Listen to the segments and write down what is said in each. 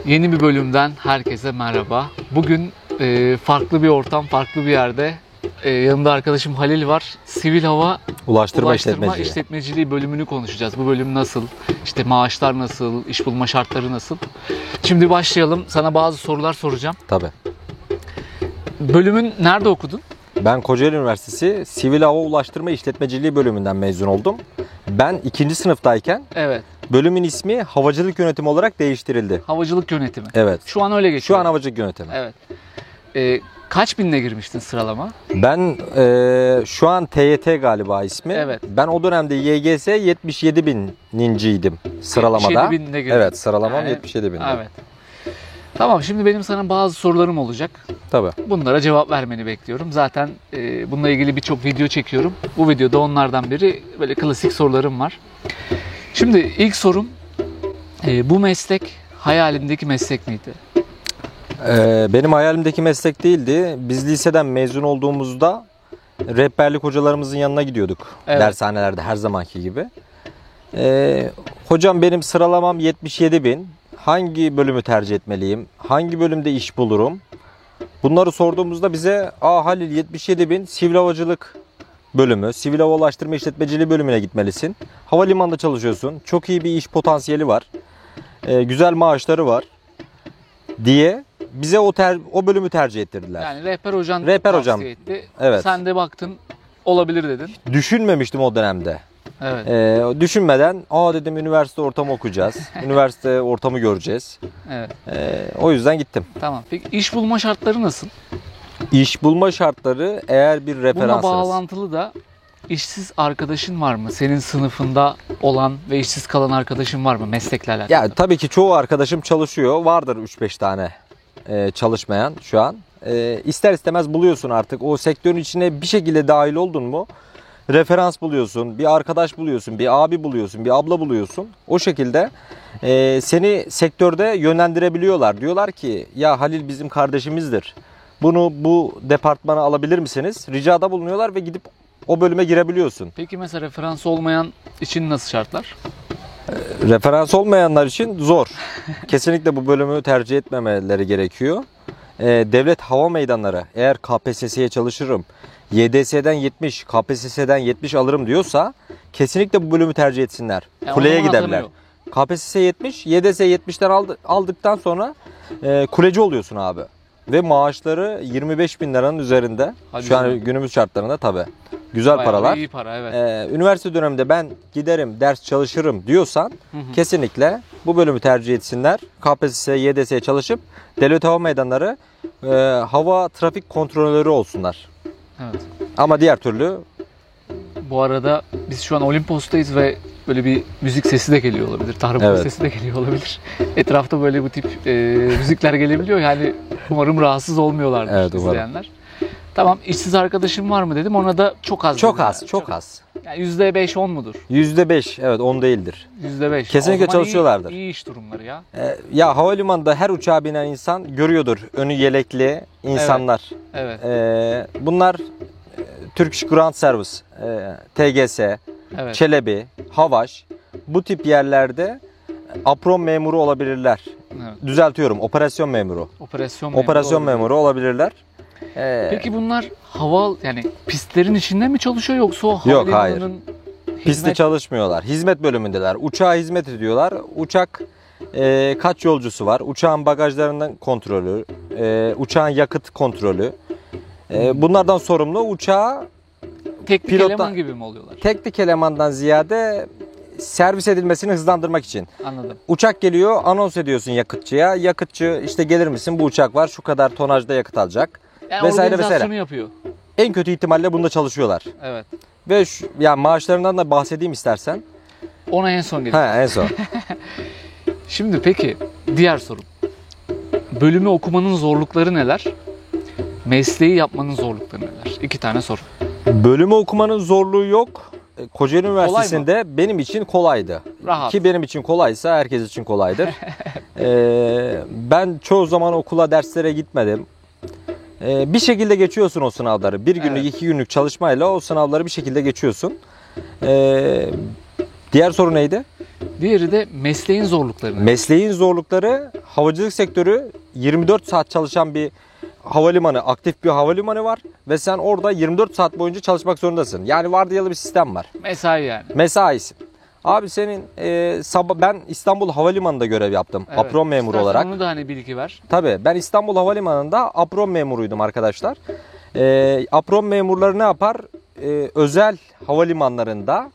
Yeni bir bölümden herkese merhaba. Bugün farklı bir ortam, farklı bir yerde. Yanımda arkadaşım Halil var. Sivil hava Ulaştırma işletmeciliği bölümünü konuşacağız. Bu bölüm nasıl? İşte maaşlar nasıl? İş bulma şartları nasıl? Şimdi başlayalım. Sana bazı sorular soracağım. Tabii. Bölümün nerede okudun? Ben Kocaeli Üniversitesi Sivil Hava Ulaştırma İşletmeciliği bölümünden mezun oldum. Ben 2. sınıftayken Evet. bölümün ismi Havacılık Yönetimi olarak değiştirildi. Havacılık yönetimi. Evet. Şu an öyle geçiyor. Şu an Havacılık Yönetimi. Evet. Kaç binle girmiştin sıralama? Ben şu an TYT galiba ismi. Evet. Ben o dönemde YGS 77 bininciydim sıralamada. 77 binle girdin. Evet, sıralamam Yani, 77 binde. Evet. Tamam, şimdi benim sana bazı sorularım olacak. Tabii. Bunlara cevap vermeni bekliyorum. Zaten bununla ilgili birçok video çekiyorum. Bu videoda onlardan biri, böyle klasik sorularım var. Şimdi ilk sorum, bu meslek hayalindeki meslek miydi? Benim hayalimdeki meslek değildi. Biz liseden mezun olduğumuzda rehberlik hocalarımızın yanına gidiyorduk. Evet. Dershanelerde her zamanki gibi. Hocam benim sıralamam 77 bin. Hangi bölümü tercih etmeliyim? Hangi bölümde iş bulurum? Bunları sorduğumuzda bize Halil 77 bin sivil havacılık bölümü, sivil hava ulaştırma işletmeciliği bölümüne gitmelisin. Havalimanında çalışıyorsun. Çok iyi bir iş potansiyeli var. Güzel maaşları var diye bize o bölümü tercih ettirdiler. Yani rehber hocam tavsiye etti. Evet. Sen de baktın, olabilir dedin. Düşünmemiştim o dönemde. Evet. Düşünmeden dedim üniversite ortamı okuyacağız. Üniversite ortamı göreceğiz. Evet. O yüzden gittim. Tamam. Peki iş bulma şartları nasıl? İş bulma şartları eğer bir referans. Bununla bağlantılı da işsiz arkadaşın var mı? Senin sınıfında olan ve işsiz kalan arkadaşın var mı meslekle alakalı? Ya tabii ki çoğu arkadaşım çalışıyor. Vardır 3-5 tane çalışmayan şu an. İster istemez buluyorsun artık. O sektörün içine bir şekilde dahil oldun mu? Referans buluyorsun, bir arkadaş buluyorsun, bir abi buluyorsun, bir abla buluyorsun. O şekilde seni sektörde yönlendirebiliyorlar. Diyorlar ki ya Halil bizim kardeşimizdir. Bunu bu departmana alabilir misiniz? Ricada bulunuyorlar ve gidip o bölüme girebiliyorsun. Peki mesela referans olmayan için nasıl şartlar? Referans olmayanlar için zor. Kesinlikle bu bölümü tercih etmemeleri gerekiyor. Devlet hava meydanları eğer KPSS'ye çalışırım, YDS'den 70, KPSS'den 70 alırım diyorsa kesinlikle bu bölümü tercih etsinler. Yani kuleye giderler. KPSS 70, YDS 70'ten aldıktan sonra kuleci oluyorsun abi. Ve maaşları 25 bin liranın üzerinde. Hadi şu an canım. günümüz şartlarında tabii. Güzel Bayağı paralar. iyi para, evet. Üniversite döneminde ben giderim ders çalışırım diyorsan kesinlikle bu bölümü tercih etsinler. KPSS, YDS'ye çalışıp devlet hava meydanları hava trafik kontrolörü olsunlar. Evet. Ama diğer türlü... Bu arada biz şu an Olimpos'tayız ve böyle bir müzik sesi de geliyor olabilir. Tahribat sesi de geliyor olabilir. Etrafta böyle bu tip müzikler gelebiliyor. Yani umarım rahatsız olmuyorlardır izleyenler. Tamam, işsiz arkadaşım var mı dedim. Ona da çok az. Çok az. Yani %5-10 mudur? %5, evet 10 değildir. %5. Kesinlikle çalışıyorlardır. İyi iş durumları ya. Ya havalimanında her uçağa binen insan görüyordur önü yelekli insanlar. Evet. Bunlar Turkish Ground Service, TGS, Evet. Çelebi, Havaş bu tip yerlerde apron memuru olabilirler. Evet. Düzeltiyorum, operasyon memuru. Operasyon memuru olabilirler. Peki bunlar yani pistlerin içinde mi çalışıyor yoksa o havalimanının Pistte çalışmıyorlar. Hizmet bölümündeler. Uçağa hizmet ediyorlar. Uçak kaç yolcusu var? Uçağın bagajlarının kontrolü, uçağın yakıt kontrolü. Bunlardan sorumlu uçağa teknik eleman gibi mi oluyorlar? Teknik elemandan ziyade servis edilmesini hızlandırmak için. Anladım. Uçak geliyor, anons ediyorsun yakıtçıya. Yakıtçı işte gelir misin, bu uçak var, şu kadar tonajda yakıt alacak. Yani organizasyonu yapıyor. En kötü ihtimalle bunda çalışıyorlar. Evet. Ve yani maaşlarından da bahsedeyim istersen. Ona en son gelelim. En son. Şimdi peki diğer sorum. Bölümü okumanın zorlukları neler? Mesleği yapmanın zorlukları neler? 2 tane soru. Bölümü okumanın zorluğu yok. Kocaeli Üniversitesi'nde benim için kolaydı. Rahat. Ki benim için kolaysa herkes için kolaydır. Ben çoğu zaman okula, derslere gitmedim. Bir şekilde geçiyorsun o sınavları. 1 günlük, 2 günlük çalışmayla o sınavları bir şekilde geçiyorsun. Diğer soru neydi? Diğeri de mesleğin zorlukları. Mesleğin zorlukları, havacılık sektörü 24 saat çalışan bir havalimanı, aktif bir havalimanı var ve sen orada 24 saat boyunca çalışmak zorundasın. Yani vardiyalı bir sistem var. Mesai yani. Mesaisin. Abi senin ben İstanbul Havalimanı'nda görev yaptım. Evet. Apron memuru İstersen olarak. onu da hani bilgi ver. Tabii ben İstanbul Havalimanı'nda apron memuruydum arkadaşlar. Apron memurları ne yapar? Özel havalimanlarında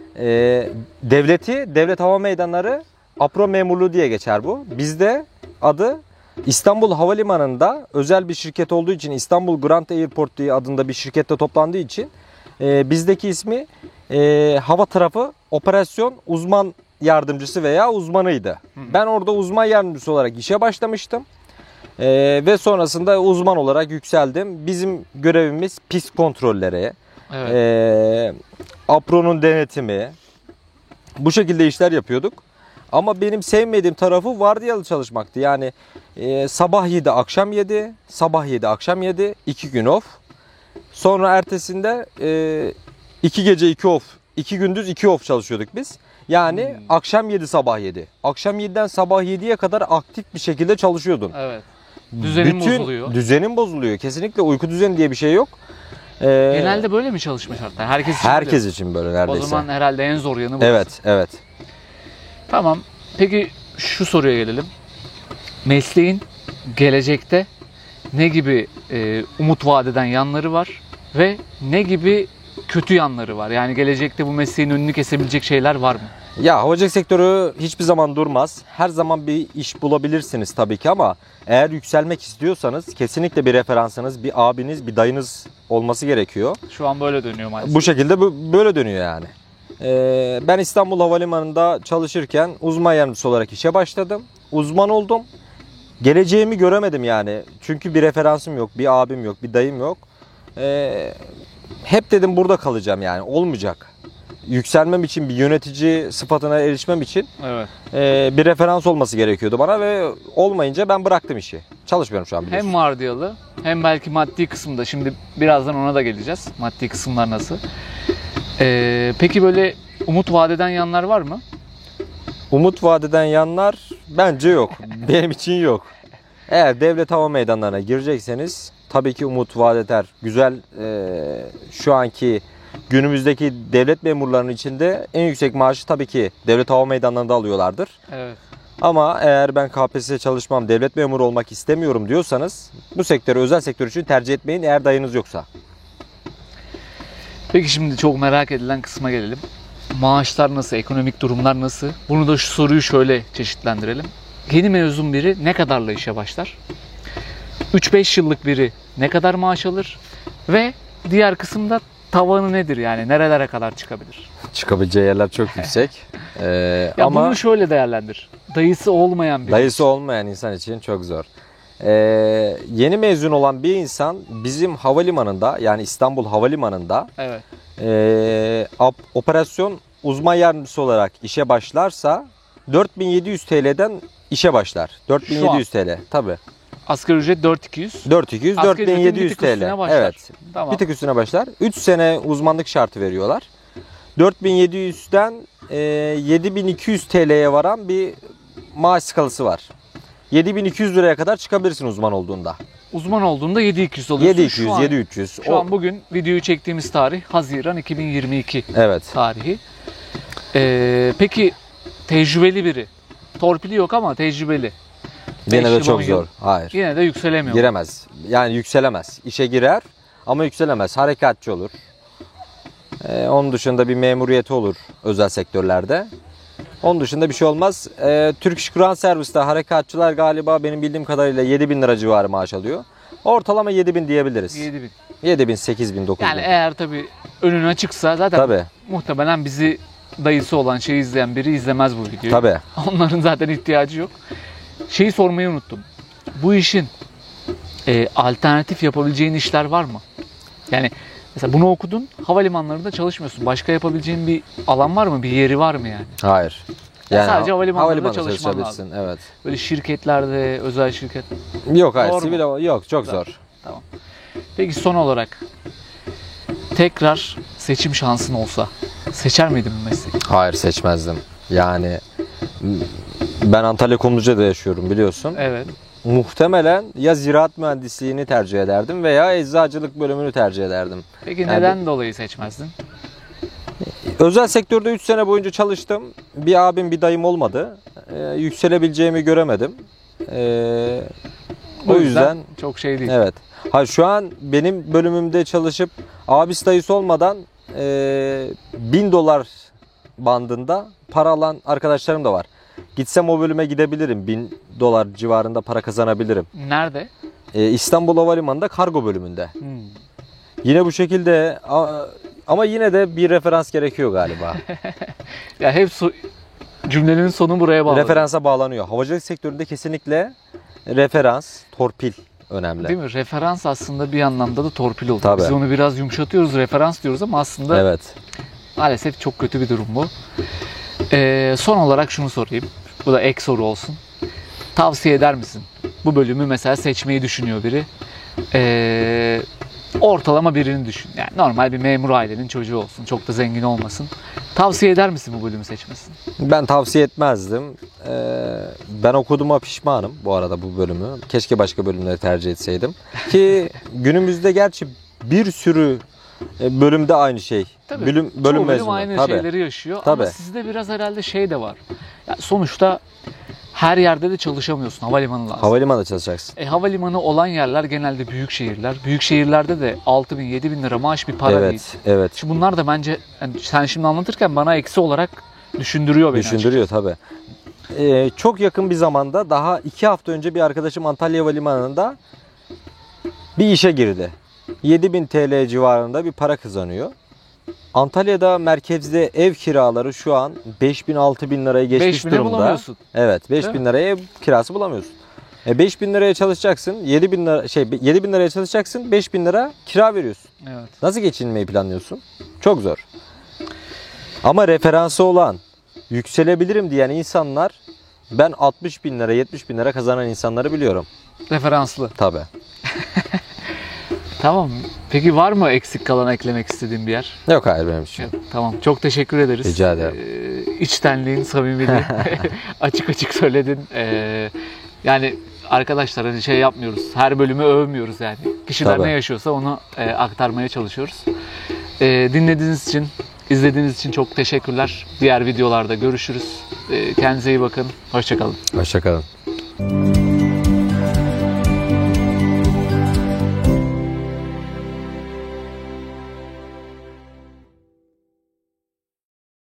devlet hava meydanları apron memurluğu diye geçer bu. Bizde adı İstanbul Havalimanı'nda özel bir şirket olduğu için, İstanbul Grand Airport diye adında bir şirkette toplandığı için bizdeki ismi hava tarafı operasyon uzman yardımcısı veya uzmanıydı. Ben orada uzman yardımcısı olarak işe başlamıştım. Ve sonrasında uzman olarak yükseldim. Bizim görevimiz pist kontrolleri, Evet. apronun denetimi, bu şekilde işler yapıyorduk. Ama benim sevmediğim tarafı vardiyalı çalışmaktı. Yani sabah 7 akşam 7, sabah 7 akşam 7, 2 gün off. Sonra ertesinde 2 gece 2 off, 2 gündüz 2 off çalışıyorduk biz. Yani akşam 7 sabah 7. Akşam 7'den sabah 7'ye kadar aktif bir şekilde çalışıyordun. Evet. Düzenin bozuluyor. Düzenin bozuluyor. Kesinlikle uyku düzeni diye bir şey yok. Genelde böyle mi çalışma şartları? Herkes için böyle neredeyse. O zaman herhalde en zor yanı bu. Evet, evet. Tamam. Peki şu soruya gelelim. Mesleğin gelecekte ne gibi umut vaat eden yanları var ve ne gibi kötü yanları var? Yani gelecekte bu mesleğin önünü kesebilecek şeyler var mı? Ya havacılık sektörü hiçbir zaman durmaz. Her zaman bir iş bulabilirsiniz tabii ki ama eğer yükselmek istiyorsanız kesinlikle bir referansınız, bir abiniz, bir dayınız olması gerekiyor. Şu an böyle dönüyor maalesef. Bu şekilde böyle dönüyor yani. Ben İstanbul Havalimanı'nda çalışırken uzman yardımcısı olarak işe başladım. Uzman oldum. Geleceğimi göremedim yani. Çünkü bir referansım yok, bir abim yok, bir dayım yok. Hep dedim burada kalacağım yani. Olmayacak. Yükselmem için, bir yönetici sıfatına erişmem için Evet. bir referans olması gerekiyordu bana ve olmayınca ben bıraktım işi. Çalışmıyorum şu an biliyorsun. Hem vardiyalı hem belki maddi kısımda. Şimdi birazdan ona da geleceğiz. Maddi kısımlar nasıl? Peki böyle umut vaat eden yanlar var mı? Umut vaat eden yanlar bence yok. Benim için yok. Eğer devlet hava meydanlarına girecekseniz tabii ki umut vaat eder. Güzel şu anki günümüzdeki devlet memurlarının içinde en yüksek maaşı tabii ki devlet hava meydanlarında alıyorlardır. Evet. Ama eğer ben KPSS çalışmam, devlet memuru olmak istemiyorum diyorsanız bu sektörü özel sektör için tercih etmeyin eğer dayınız yoksa. Peki şimdi çok merak edilen kısma gelelim. Maaşlar nasıl, ekonomik durumlar nasıl? Bunu da şu soruyu şöyle çeşitlendirelim. Yeni mezun biri ne kadarla işe başlar? 3-5 yıllık biri ne kadar maaş alır? Ve diğer kısımda tavanı nedir yani? Nerelere kadar çıkabilir? Çıkabileceği yerler çok yüksek. Ya ama bunu şöyle değerlendir. Dayısı olmayan biri. dayısı olmayan insan için çok zor. Yeni mezun olan bir insan bizim havalimanında yani İstanbul Havalimanı'nda Evet. Operasyon uzman yardımcısı olarak işe başlarsa 4700 TL'den işe başlar. 4700 TL tabii. Asgari ücret 4200. 4200 Asgari ücretin 4700 bir tık üstüne TL. başlar. Evet. Tamam. Bir tık üstüne başlar. 3 sene uzmanlık şartı veriyorlar. 4700'den 7200 TL'ye varan bir maaş skalası var. 7200 liraya kadar çıkabilirsin uzman olduğunda. Uzman olduğunda 7200 oluyorsun. 7200, 7300. Şu an bugün videoyu çektiğimiz tarih Haziran 2022 Evet. tarihi. Peki tecrübeli biri. Torpili yok ama tecrübeli. Yine 5 de yıl, çok 10 yıl. zor. Hayır. Yine de yükselemiyor. Giremez. Yani yükselemez. İşe girer ama yükselemez. Harekatçı olur. Onun dışında bir memuriyeti olur özel sektörlerde. Onun dışında bir şey olmaz. Turkish Ground Service'te harekatçılar galiba benim bildiğim kadarıyla 7.000 lira civarı maaş alıyor. Ortalama 7.000 diyebiliriz. 7000. 7.000, 8.000, 9.000. Yani eğer tabii önün açıksa zaten Tabii. muhtemelen bizi dayısı olan şeyi izleyen biri izlemez bu videoyu. Tabii. Onların zaten ihtiyacı yok. Şeyi sormayı unuttum. Bu işin alternatif yapabileceğin işler var mı? Yani mesela bunu okudun, havalimanlarında çalışmıyorsun. Başka yapabileceğin bir alan var mı? Bir yeri var mı yani? Hayır. Sadece havalimanlarında çalışman çalışabilirsin. Evet. Böyle şirketlerde, özel şirket. Yok hayır. Zor Sivil yok çok Zor. zor. Tamam. Peki son olarak tekrar seçim şansın olsa seçer miydin bu mesleği? Hayır seçmezdim. Yani ben Antalya Kumluca'da yaşıyorum biliyorsun. Evet. Muhtemelen ya ziraat mühendisliğini tercih ederdim veya eczacılık bölümünü tercih ederdim. Peki Yani neden dolayı seçmezdin? özel sektörde 3 sene boyunca çalıştım. Bir abim bir dayım olmadı. Yükselebileceğimi göremedim. O yüzden çok şey değil. evet. Ha, şu an benim bölümümde çalışıp abisi dayısı olmadan $1000 bandında para alan arkadaşlarım da var. Gitsem o bölüme gidebilirim. $1000 civarında para kazanabilirim. Nerede? İstanbul Havalimanı'nda kargo bölümünde. Hmm. Yine bu şekilde ama yine de bir referans gerekiyor galiba. Ya hep cümlenin sonu buraya bağlı. Referansa bağlanıyor. Havacılık sektöründe kesinlikle referans, torpil önemli. Değil mi? Referans aslında bir anlamda da torpil oluyor. Tabii. Biz onu biraz yumuşatıyoruz, referans diyoruz ama aslında Evet. maalesef çok kötü bir durum bu. Son olarak şunu sorayım. Bu da ek soru olsun. Tavsiye eder misin? Bu bölümü mesela seçmeyi düşünüyor biri. Ortalama birini düşün. Yani normal bir memur ailenin çocuğu olsun. Çok da zengin olmasın. Tavsiye eder misin bu bölümü seçmesini? Ben tavsiye etmezdim. Ben okuduğuma pişmanım bu arada bu bölümü. Keşke başka bölümleri tercih etseydim. Ki günümüzde gerçi bir sürü bölümde aynı şey. Tabii. Bölüm Çoğu bölüm mezunu. aynı Tabii. şeyleri yaşıyor. Tabii. Ama sizde biraz herhalde şey de var. Ya sonuçta her yerde de çalışamıyorsun. Havalimanı lazım. Havalimanında çalışacaksın. Havalimanı olan yerler genelde büyük şehirler. Büyük şehirlerde de 6.000 7.000 lira maaş bir para değil. Evet, evet. Şimdi bunlar da bence yani sen şimdi anlatırken bana eksi olarak düşündürüyor beni. Düşündürüyor tabii. Çok yakın bir zamanda daha 2 hafta önce bir arkadaşım Antalya Havalimanı'nda bir işe girdi. 7.000 TL civarında bir para kazanıyor. Antalya'da merkezde ev kiraları şu an 5.000-6.000 liraya geçmiş 5.000'e durumda. bulamıyorsun. Evet, Değil 5.000 liraya ev kirası bulamıyorsun. 5.000 liraya çalışacaksın, 7.000 liraya çalışacaksın, 5.000 lira kira veriyorsun. Evet. Nasıl geçinmeyi planlıyorsun? Çok zor. Ama referansı olan, yükselebilirim diyen insanlar, ben 60.000 lira, 70.000 lira kazanan insanları biliyorum. Referanslı. Tabii. Tamam. Peki var mı eksik kalan eklemek istediğin bir yer? Yok hayır benim için. Yok. Tamam. Çok teşekkür ederiz. Rica ederim. İçtenliğin, samimiliğin açık açık söyledin. Yani arkadaşlar hani şey yapmıyoruz. Her bölümü övmüyoruz yani. Kişiler Tabii. ne yaşıyorsa onu aktarmaya çalışıyoruz. Dinlediğiniz için, izlediğiniz için çok teşekkürler. Diğer videolarda görüşürüz. Kendinize iyi bakın. Hoşça kalın. Hoşça kalın.